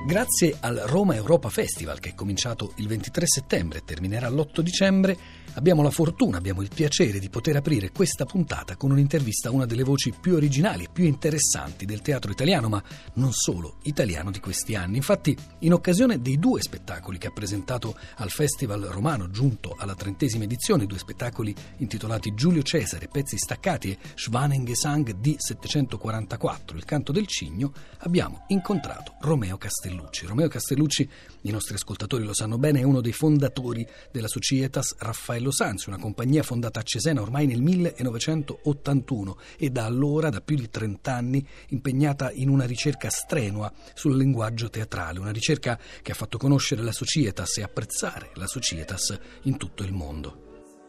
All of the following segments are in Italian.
Grazie al Roma Europa Festival, che è cominciato il 23 settembre e terminerà l'8 dicembre, abbiamo la fortuna, abbiamo il piacere di poter aprire questa puntata con un'intervista a una delle voci più originali e più interessanti del teatro italiano, ma non solo italiano di questi anni. Infatti, in occasione dei due spettacoli che ha presentato al Festival Romano, giunto alla 30ª edizione, due spettacoli intitolati Giulio Cesare, pezzi staccati e Schwanengesang di 744, il canto del cigno, abbiamo incontrato Romeo Castellucci. Romeo Castellucci, i nostri ascoltatori lo sanno bene, è uno dei fondatori della Societas Raffaello Sanzio, una compagnia fondata a Cesena ormai nel 1981 e da allora, da più di 30 anni, impegnata in una ricerca strenua sul linguaggio teatrale, una ricerca che ha fatto conoscere la Societas e apprezzare la Societas in tutto il mondo.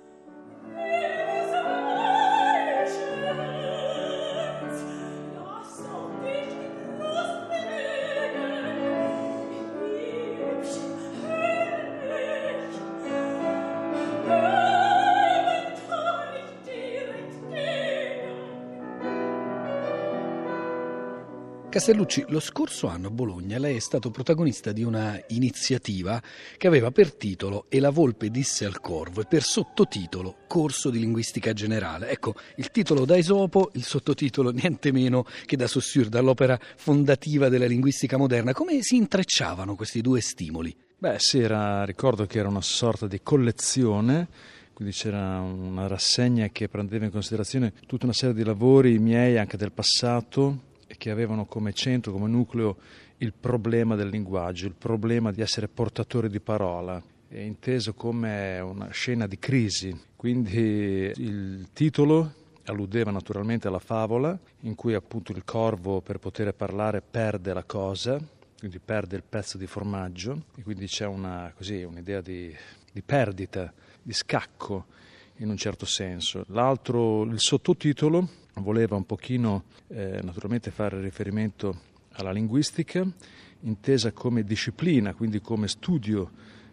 Castellucci, lo scorso anno a Bologna lei è stato protagonista di una iniziativa che aveva per titolo E la volpe disse al corvo e per sottotitolo Corso di linguistica generale. Ecco, il titolo da Esopo, il sottotitolo niente meno che da Saussure, dall'opera fondativa della linguistica moderna. Come si intrecciavano questi due stimoli? Ricordo che era una sorta di collezione. Quindi c'era una rassegna che prendeva in considerazione tutta una serie di lavori miei anche del passato, che avevano come centro, come nucleo, il problema del linguaggio, il problema di essere portatori di parola, inteso come una scena di crisi. Quindi il titolo alludeva naturalmente alla favola, in cui appunto il corvo, per poter parlare, perde la cosa, quindi perde il pezzo di formaggio, e quindi c'è un'idea di perdita, di scacco in un certo senso. L'altro, il sottotitolo, voleva un pochino naturalmente fare riferimento alla linguistica, intesa come disciplina, quindi come studio,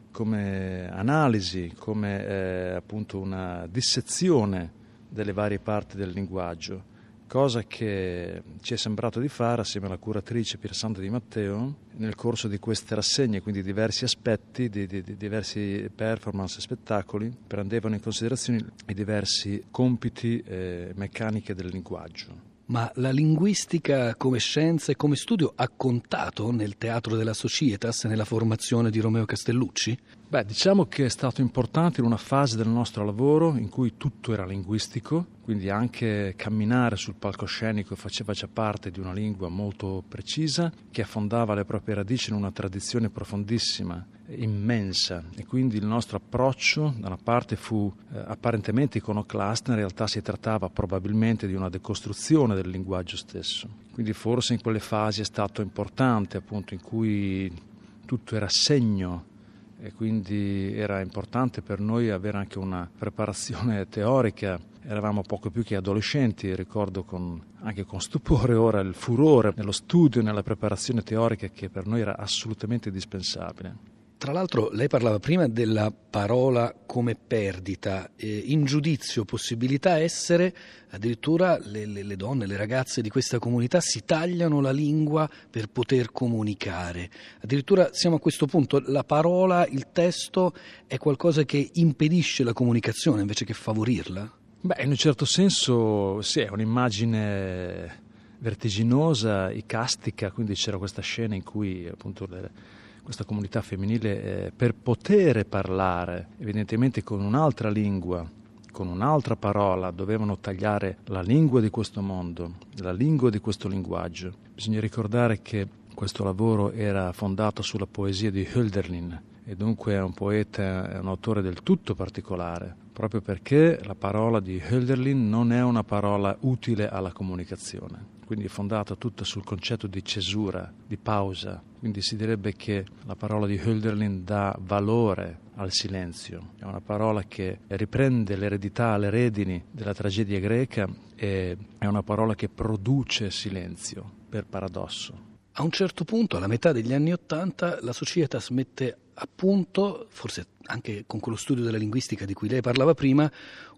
come analisi, come appunto una dissezione delle varie parti del linguaggio, cosa che ci è sembrato di fare assieme alla curatrice Piersanta Di Matteo nel corso di queste rassegne, quindi diversi aspetti, di diversi performance e spettacoli prendevano in considerazione i diversi compiti e meccaniche del linguaggio. Ma la linguistica come scienza e come studio ha contato nel teatro della Societas, nella formazione di Romeo Castellucci? Diciamo che è stato importante in una fase del nostro lavoro in cui tutto era linguistico, quindi anche camminare sul palcoscenico faceva già parte di una lingua molto precisa che affondava le proprie radici in una tradizione profondissima, immensa, e quindi il nostro approccio da una parte fu apparentemente iconoclasta, in realtà si trattava probabilmente di una decostruzione del linguaggio stesso. Quindi forse in quelle fasi è stato importante, appunto, in cui tutto era segno, e quindi era importante per noi avere anche una preparazione teorica. Eravamo poco più che adolescenti, ricordo anche con stupore ora il furore nello studio e nella preparazione teorica che per noi era assolutamente indispensabile. Tra l'altro lei parlava prima della parola come perdita, in giudizio possibilità essere, addirittura le donne, le ragazze di questa comunità si tagliano la lingua per poter comunicare. Addirittura siamo a questo punto, la parola, il testo è qualcosa che impedisce la comunicazione invece che favorirla? In un certo senso sì, è un'immagine vertiginosa, icastica, quindi c'era questa scena in cui appunto questa comunità femminile per poter parlare evidentemente con un'altra lingua, con un'altra parola, dovevano tagliare la lingua di questo mondo, la lingua di questo linguaggio. Bisogna ricordare che questo lavoro era fondato sulla poesia di Hölderlin e dunque è un poeta, è un autore del tutto particolare, proprio perché la parola di Hölderlin non è una parola utile alla comunicazione. Quindi è fondata tutta sul concetto di cesura, di pausa. Quindi si direbbe che la parola di Hölderlin dà valore al silenzio. È una parola che riprende l'eredità, le redini della tragedia greca e è una parola che produce silenzio, per paradosso. A un certo punto, alla metà degli anni '80, la Societas mette a punto, forse anche con quello studio della linguistica di cui lei parlava prima,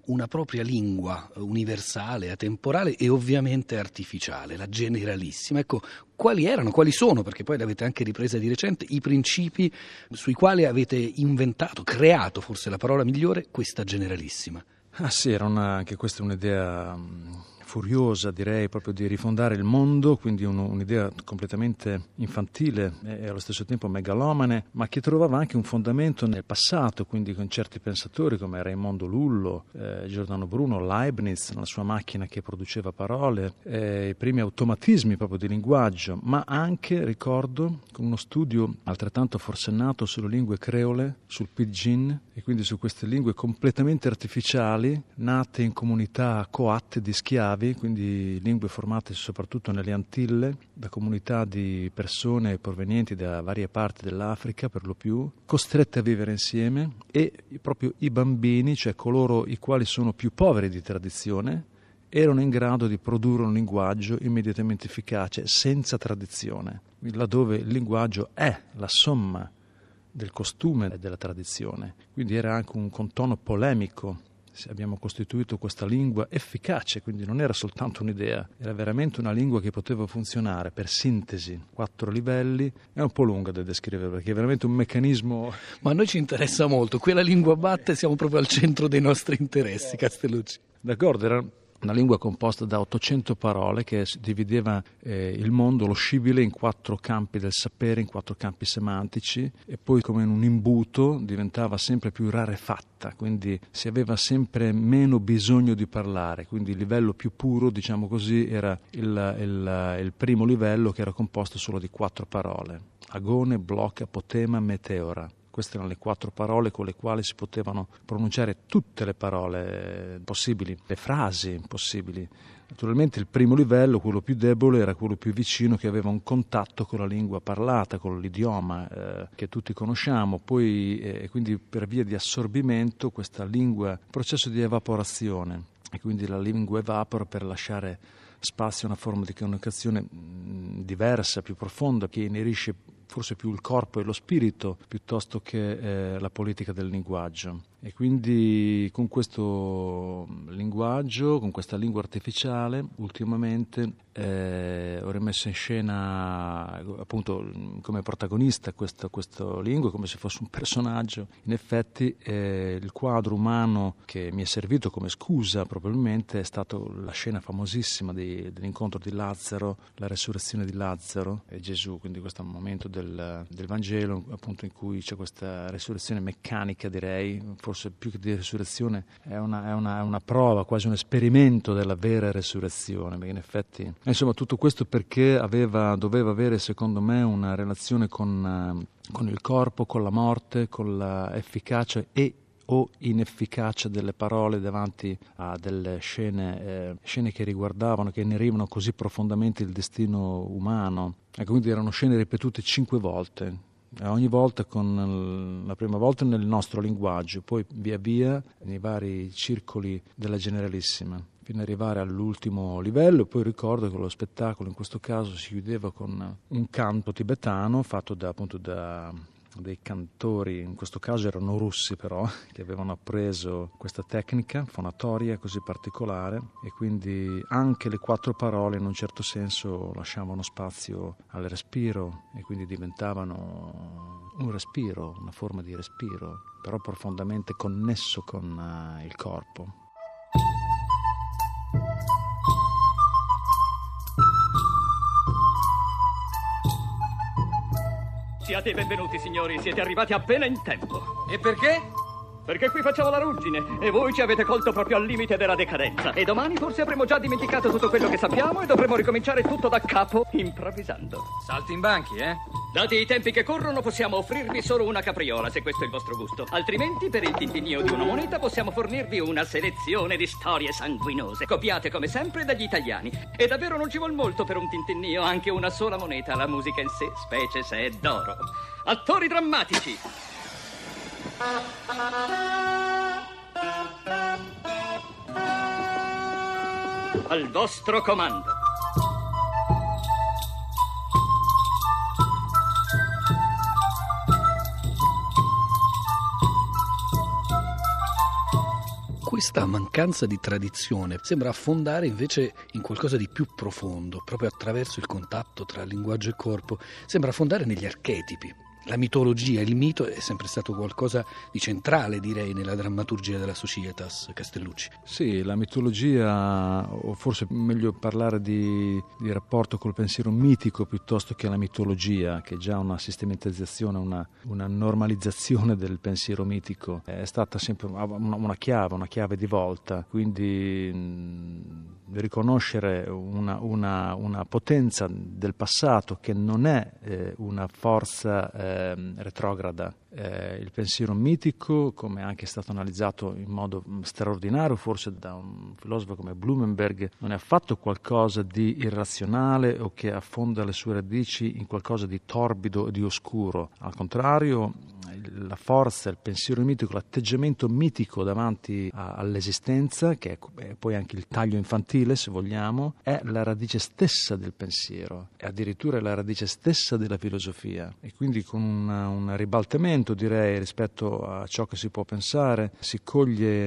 una propria lingua universale, atemporale e ovviamente artificiale, la generalissima. Ecco, quali sono, perché poi l'avete anche ripresa di recente, i principi sui quali avete inventato, creato, forse la parola migliore, questa generalissima? Ah sì, anche questa è un'idea furiosa, direi, proprio di rifondare il mondo, quindi un'idea completamente infantile e allo stesso tempo megalomane, ma che trovava anche un fondamento nel passato, quindi con certi pensatori come Raimondo Lullo, Giordano Bruno, Leibniz, la sua macchina che produceva parole, i primi automatismi proprio di linguaggio, ma anche, ricordo, con uno studio altrettanto forsennato sulle lingue creole, sul pidgin, e quindi su queste lingue completamente artificiali, nate in comunità coatte di schiavi, quindi lingue formate soprattutto nelle Antille, da comunità di persone provenienti da varie parti dell'Africa per lo più, costrette a vivere insieme, e proprio i bambini, cioè coloro i quali sono più poveri di tradizione, erano in grado di produrre un linguaggio immediatamente efficace, senza tradizione, laddove il linguaggio è la somma del costume e della tradizione. Quindi era anche un contono polemico. Abbiamo costituito questa lingua efficace, quindi non era soltanto un'idea, era veramente una lingua che poteva funzionare per sintesi, 4 livelli. È un po' lunga da descrivere perché è veramente un meccanismo. Ma a noi ci interessa molto, quella lingua batte, siamo proprio al centro dei nostri interessi, Castellucci. D'accordo, era una lingua composta da 800 parole che divideva il mondo, lo scibile, in 4 campi del sapere, in 4 campi semantici, e poi come in un imbuto diventava sempre più rarefatta, quindi si aveva sempre meno bisogno di parlare, quindi il livello più puro, diciamo così, era il primo livello, che era composto solo di 4 parole: agone, blocca, apotema, meteora. Queste erano le 4 parole con le quali si potevano pronunciare tutte le parole possibili, le frasi possibili. Naturalmente il primo livello, quello più debole, era quello più vicino, che aveva un contatto con la lingua parlata, con l'idioma che tutti conosciamo. Poi, quindi per via di assorbimento, questa lingua, processo di evaporazione, e quindi la lingua evapora per lasciare spazio a una forma di comunicazione diversa, più profonda, che inerisce forse più il corpo e lo spirito piuttosto che la politica del linguaggio. E quindi con questo linguaggio, con questa lingua artificiale, ultimamente ho rimesso in scena appunto come protagonista questa lingua, come se fosse un personaggio. In effetti il quadro umano che mi è servito come scusa probabilmente è stato la scena famosissima dell'incontro di Lazzaro, la resurrezione di Lazzaro e Gesù, quindi questo momento del Vangelo appunto in cui c'è questa resurrezione meccanica, direi, forse più che di resurrezione è una prova, quasi un esperimento della vera resurrezione, perché in effetti insomma tutto questo perché doveva avere secondo me una relazione con il corpo, con la morte, con l'efficacia o inefficacia delle parole davanti a delle scene che riguardavano, che inerivano così profondamente il destino umano. Ecco, quindi erano scene ripetute 5 volte. Ogni volta la prima volta nel nostro linguaggio, poi via via nei vari circoli della Generalissima, fino ad arrivare all'ultimo livello. Poi ricordo che lo spettacolo in questo caso si chiudeva con un canto tibetano fatto da dei cantori, in questo caso erano russi però, che avevano appreso questa tecnica fonatoria così particolare, e quindi anche le 4 parole in un certo senso lasciavano spazio al respiro e quindi diventavano un respiro, una forma di respiro, però profondamente connesso con il corpo. Siate benvenuti, signori, siete arrivati appena in tempo. E perché? Perché qui facciamo la ruggine e voi ci avete colto proprio al limite della decadenza. E domani forse avremo già dimenticato tutto quello che sappiamo e dovremo ricominciare tutto da capo, improvvisando. Salti in banchi, eh? Dati i tempi che corrono, possiamo offrirvi solo una capriola, se questo è il vostro gusto. Altrimenti, per il tintinnio di una moneta, possiamo fornirvi una selezione di storie sanguinose, copiate come sempre dagli italiani. E davvero non ci vuol molto per un tintinnio, anche una sola moneta, la musica in sé, specie se è d'oro. Attori drammatici. Al vostro comando. questa mancanza di tradizione sembra affondare invece in qualcosa di più profondo, proprio attraverso il contatto tra linguaggio e corpo, sembra affondare negli archetipi. La mitologia, il mito è sempre stato qualcosa di centrale, direi, nella drammaturgia della Societas, Castellucci. Sì, la mitologia, o forse meglio parlare di rapporto col pensiero mitico piuttosto che la mitologia, che è già una sistematizzazione, una normalizzazione del pensiero mitico, è stata sempre una chiave di volta, quindi riconoscere una potenza del passato che non è una forza retrograda. Il pensiero mitico, come anche è stato analizzato in modo straordinario forse da un filosofo come Blumenberg, non è affatto qualcosa di irrazionale o che affonda le sue radici in qualcosa di torbido e di oscuro. Al contrario, la forza, il pensiero mitico, l'atteggiamento mitico davanti all'esistenza, che è poi anche il taglio infantile, se vogliamo, è la radice stessa del pensiero, è addirittura la radice stessa della filosofia. E quindi con un ribaltamento, direi, rispetto a ciò che si può pensare, si coglie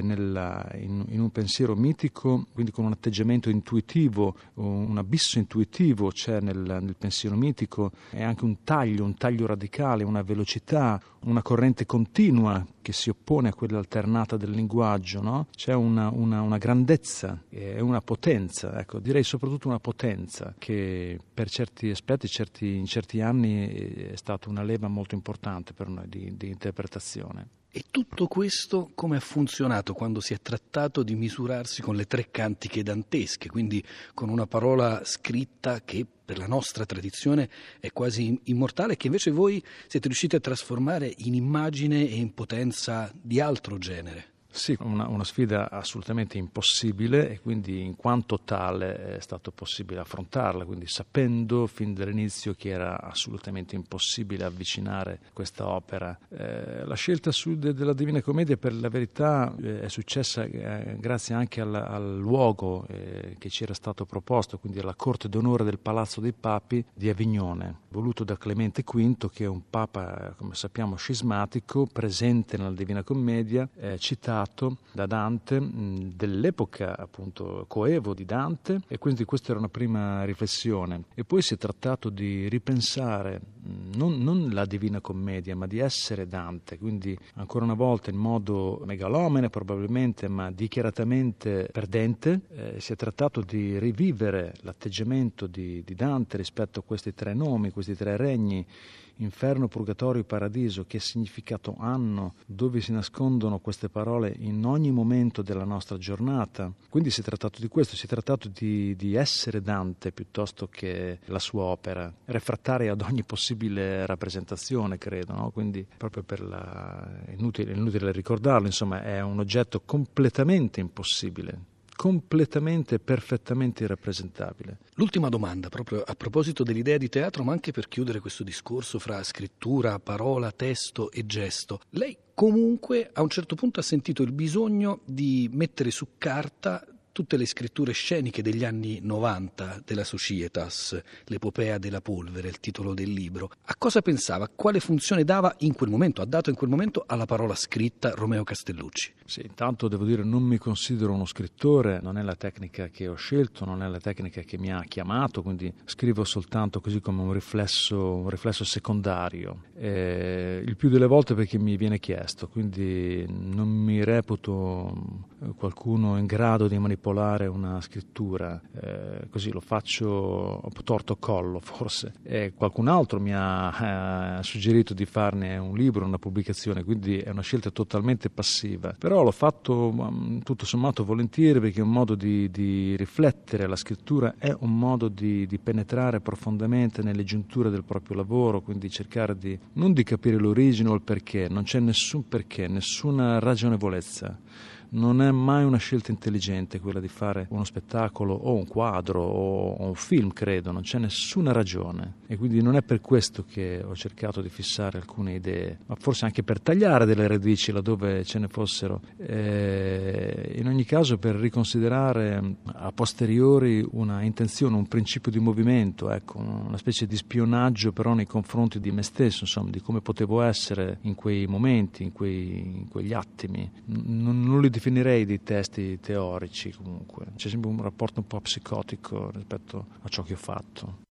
in un pensiero mitico, quindi con un atteggiamento intuitivo, un abisso intuitivo c'è nel pensiero mitico, è anche un taglio radicale, una velocità, una corrente continua che si oppone a quella alternata del linguaggio, no? C'è una grandezza e una potenza, ecco, direi soprattutto una potenza che per certi aspetti, in certi anni è stata una leva molto importante per noi di interpretazione. E tutto questo come ha funzionato quando si è trattato di misurarsi con le tre cantiche dantesche, quindi con una parola scritta che per la nostra tradizione è quasi immortale, che invece voi siete riusciti a trasformare in immagine e in potenza di altro genere? Sì, una sfida assolutamente impossibile, e quindi in quanto tale è stato possibile affrontarla, quindi sapendo fin dall'inizio che era assolutamente impossibile avvicinare questa opera. La scelta della Divina Commedia, per la verità, è successa grazie anche al luogo che ci era stato proposto, quindi alla corte d'onore del Palazzo dei Papi di Avignone, voluto da Clemente V, che è un papa, come sappiamo, scismatico, presente nella Divina Commedia, citato da Dante, dell'epoca appunto coevo di Dante, e quindi questa era una prima riflessione. E poi si è trattato di ripensare non la Divina Commedia, ma di essere Dante, quindi ancora una volta in modo megalomane probabilmente, ma dichiaratamente perdente. Si è trattato di rivivere l'atteggiamento di Dante rispetto a questi tre nomi, questi tre regni, inferno, purgatorio, paradiso, che significato hanno, dove si nascondono queste parole in ogni momento della nostra giornata. Quindi si è trattato di questo, si è trattato di essere Dante piuttosto che la sua opera, refrattaria ad ogni possibile rappresentazione, credo, no? Quindi proprio è inutile ricordarlo, insomma, è un oggetto completamente impossibile, completamente, perfettamente irrappresentabile. L'ultima domanda, proprio a proposito dell'idea di teatro, ma anche per chiudere questo discorso fra scrittura, parola, testo e gesto. Lei comunque a un certo punto ha sentito il bisogno di mettere su carta tutte le scritture sceniche degli anni 90 della Societas, l'epopea della polvere, il titolo del libro. A cosa pensava? Quale funzione dava in quel momento, ha dato in quel momento alla parola scritta Romeo Castellucci? Sì, intanto devo dire, non mi considero uno scrittore, non è la tecnica che ho scelto, non è la tecnica che mi ha chiamato, quindi scrivo soltanto così come un riflesso secondario. Il più delle volte perché mi viene chiesto, quindi non mi reputo qualcuno in grado di manipolare una scrittura, così lo faccio torto collo forse, e qualcun altro mi ha suggerito di farne un libro, una pubblicazione, quindi è una scelta totalmente passiva, però l'ho fatto tutto sommato volentieri, perché è un modo di riflettere. La scrittura è un modo di penetrare profondamente nelle giunture del proprio lavoro, quindi cercare non di capire l'origine o il perché, non c'è nessun perché, nessuna ragionevolezza. Non è mai una scelta intelligente quella di fare uno spettacolo o un quadro o un film, credo, non c'è nessuna ragione, e quindi non è per questo che ho cercato di fissare alcune idee, ma forse anche per tagliare delle radici laddove ce ne fossero, in ogni caso per riconsiderare a posteriori una intenzione, un principio di movimento, ecco, una specie di spionaggio però nei confronti di me stesso, insomma, di come potevo essere in quei momenti, in quegli attimi. Non li definirei dei testi teorici comunque, c'è sempre un rapporto un po' psicotico rispetto a ciò che ho fatto.